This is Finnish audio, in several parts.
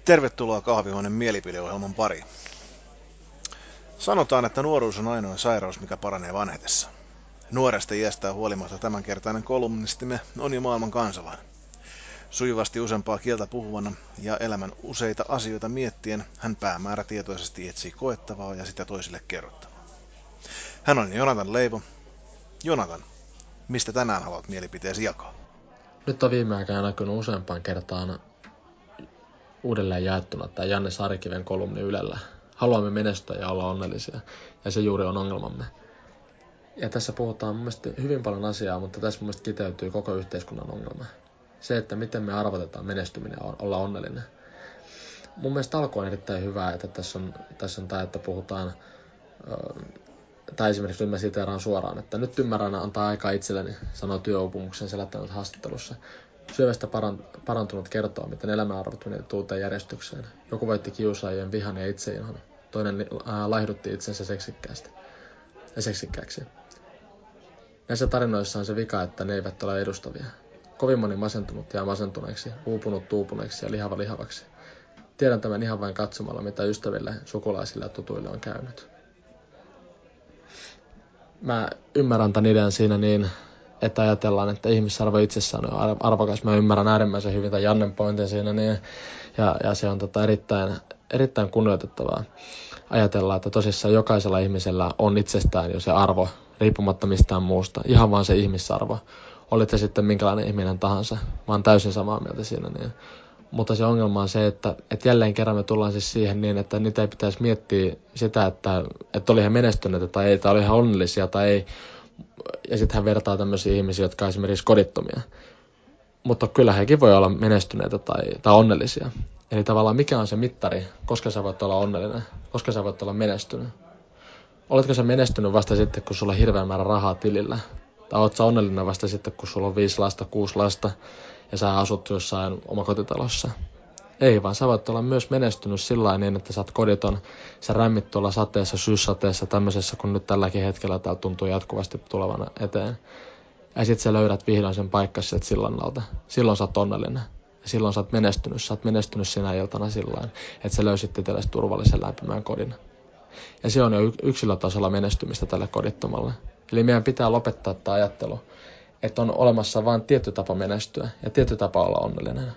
Tervetuloa kahvihuoneen mielipideohjelman pariin. Sanotaan, että nuoruus on ainoa sairaus, mikä paranee vanhetessa. Nuoresta iästään huolimatta tämänkertainen kolumnistimme on jo maailman kansalainen. Sujuvasti useampaa kieltä puhuvana ja elämän useita asioita miettien hän päämäärätietoisesti etsii koettavaa ja sitä toisille kerrottavaa. Hän on Jonatan Leivo. Jonatan, mistä tänään haluat mielipiteesi jakaa? Nyt on viime aikoina näkynyt useampaan kertaan uudelleen jaettuna tämä Janne Saarikiven kolumni Ylellä. Haluamme menestyä ja olla onnellisia, ja se juuri on ongelmamme. Ja tässä puhutaan mun mielestä hyvin paljon asiaa, mutta tässä mun mielestä kiteytyy koko yhteiskunnan ongelma. Se, että miten me arvotetaan menestyminen ja olla onnellinen. Mun mielestä alku on erittäin hyvä, että tässä on tämä, että puhutaan, tai esimerkiksi nyt mä siteeraan suoraan, että nyt ymmärrän antaa aikaa itselleni, sanoo työuupumuksen selättänyt haastattelussa. Syövästä parantunut kertoo, miten elämänarvot menivät uuteen järjestykseen. Joku voitti kiusaajien vihan ja itseinhan. Toinen laihdutti itsensä seksikkääksi. Näissä tarinoissa on se vika, että ne eivät ole edustavia. Kovin moni masentunut jää masentuneeksi, uupunut tuupuneeksi ja lihava lihavaksi. Tiedän tämän ihan vain katsomalla, mitä ystäville, sukulaisille ja tutuille on käynyt. Mä ymmärrän tämän idean siinä niin, että ajatellaan, että ihmisarvo itsessään on arvokas. Mä ymmärrän äärimmäisen hyvin tämän Jannen pointin siinä niin, ja se on erittäin kunnioitettavaa. Ajatellaan, että tosissaan jokaisella ihmisellä on itsestään jo se arvo, riippumatta mistään muusta. Ihan vaan se ihmisarvo. Olit se sitten minkälainen ihminen tahansa. Mä oon täysin samaa mieltä siinä niin. Mutta se ongelma on se, että jälleen kerran me tullaan siis siihen niin, että niitä ei pitäisi miettiä sitä, että oli he menestyneitä tai ei, tai oli he onnellisia tai ei. Ja sitten hän vertaa tämmöisiä ihmisiä, jotka on esimerkiksi kodittomia. Mutta kyllä hekin voi olla menestyneitä tai onnellisia. Eli tavallaan mikä on se mittari, koska sä voit olla onnellinen, koska sä voit olla menestynyt. Oletko sä menestynyt vasta sitten, kun sulla on hirveän määrä rahaa tilillä? Tai oot sä onnellinen vasta sitten, kun sulla on 5 lasta, 6 lasta ja sä asut jossain omakotitalossa? Ei, vaan sä voit olla myös menestynyt sillä niin, että sä oot koditon, sä rämmit tuolla sateessa, syyssateessa, tämmöisessä, kun nyt tälläkin hetkellä täällä tuntuu jatkuvasti tulevana eteen. Ja sit sä löydät vihdoin sen paikkasi sieltä sillan alta. Silloin sä oot onnellinen. Ja silloin sä oot menestynyt sinä iltana sillain, että sä löysit itsellesi turvallisen lämpimän kodin. Ja se on jo yksilötasolla menestymistä tälle kodittomalle. Eli meidän pitää lopettaa tämä ajattelu, että on olemassa vain tietty tapa menestyä ja tietty tapa olla onnellinen.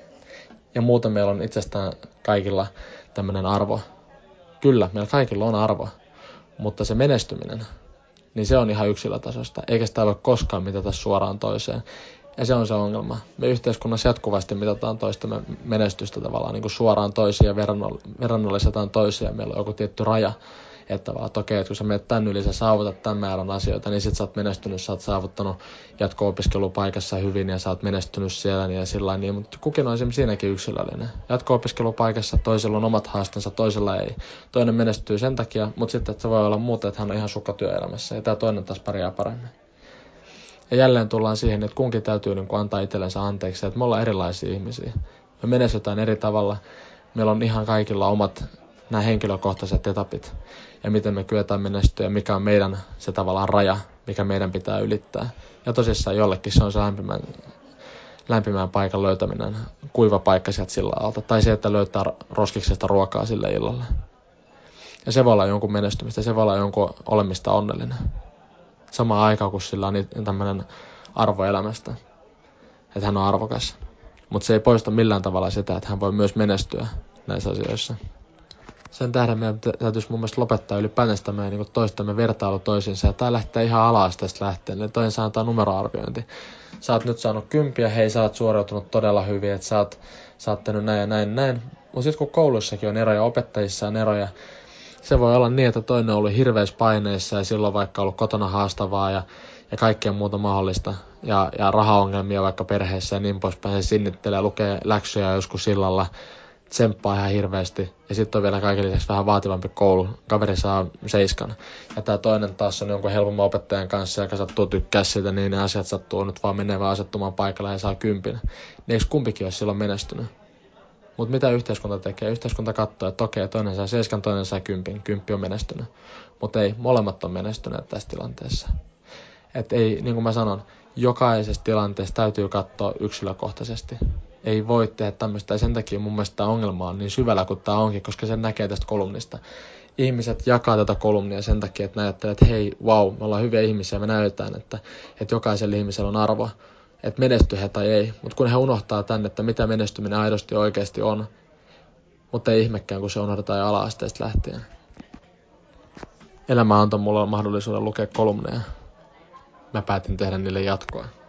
Ja muuten meillä on itsestään kaikilla tämmöinen arvo. Kyllä, meillä kaikilla on arvo, mutta se menestyminen, niin se on ihan yksilötasosta, eikä sitä voi koskaan mitata suoraan toiseen. Ja se on se ongelma. Me yhteiskunnassa jatkuvasti mitataan toistamme menestystä tavallaan niin kuin suoraan toisia ja verrannollisetaan toisia. Meillä on joku tietty raja, että vaan, että okei, että kun sä menet tän yli, sä saavutat tämän määrän asioita, niin sit sä oot menestynyt, sä oot saavuttanut jatko-opiskelupaikassa hyvin ja sä oot menestynyt siellä ja sillä niin, mutta kukin on esimerkiksi siinäkin yksilöllinen. Jatko-opiskelupaikassa toisella on omat haasteensa, toisella ei. Toinen menestyy sen takia, mutta sitten että se voi olla muuta, että hän on ihan sukka työelämässä ja tämä toinen taas pärjää paremmin. Ja jälleen tullaan siihen, että kunkin täytyy niin kuin antaa itsellensä anteeksi, että me ollaan erilaisia ihmisiä. Me menestytään eri tavalla. Meillä on ihan kaikilla omat nämä henkilökohtaiset etapit. Ja miten me kyetään menestyä ja mikä on meidän se tavallaan raja, mikä meidän pitää ylittää. Ja tosissaan jollekin se on se lämpimän paikan löytäminen, kuiva paikka sieltä sillä alta. Tai se, että löytää roskiksesta ruokaa sille illalle. Ja se voi olla jonkun menestymistä, se voi olla jonkun olemista onnellinen. Samaan aikaan, kun sillä on tämmöinen arvo elämästä, että hän on arvokas. Mutta se ei poista millään tavalla sitä, että hän voi myös menestyä näissä asioissa. Sen tähden meidän täytyisi mun mielestä lopettaa ylipäätään sitä meidän niin toistamme vertailu toisiinsa. Ja tää lähtee ihan ala-asteesta lähteen. Eli toinen saa numeroarviointi. Sä oot nyt saanut 10, hei sä oot suoriutunut todella hyvin, että sä oot tehnyt näin ja näin. Mutta sitten kun koulussakin on eroja, opettajissa on eroja, se voi olla niin, että toinen on ollut hirveissä paineissa ja silloin vaikka ollut kotona haastavaa ja kaikkea muuta mahdollista. Ja rahaongelmia vaikka perheessä ja niin poispäin. Se sinnittelee, lukee läksyjä joskus sillalla, tsemppaa ihan hirveästi. Ja sitten on vielä kaiken lisäksi vähän vaativampi koulu. Kaveri saa 7. Ja tää toinen taas on jonkun helpomman opettajan kanssa, joka sattuu tykkää siitä, niin ne asiat sattuu nyt vaan menee vaan asettumaan paikalle ja saa 10. Niin eikö kumpikin olisi silloin menestynyt? Mutta mitä yhteiskunta tekee? Yhteiskunta katsoo, että okei, toinen saa 7, toinen saa 10. 10 on menestynyt. Mutta ei, molemmat on menestyneet tässä tilanteessa. Että ei, niin kuin mä sanon, jokaisessa tilanteessa täytyy katsoa yksilökohtaisesti. ei voi tehdä tämmöistä. Ja sen takia mun mielestä tämä ongelma on niin syvällä kuin tämä onkin, koska sen näkee tästä kolumnista. Ihmiset jakaa tätä kolumnia sen takia, että näyttää, että hei, wow, me ollaan hyviä ihmisiä, me näytetään, että jokaisella ihmisellä on arvo, että menesty he tai ei. Mutta kun he unohtaa tänne, että mitä menestyminen aidosti oikeasti on, mutta ei ihmekään, kun se unohdetaan jo ala-asteesta lähtien. Elämä antoi mulle mahdollisuuden lukea kolumneja. Mä päätin tehdä niille jatkoa.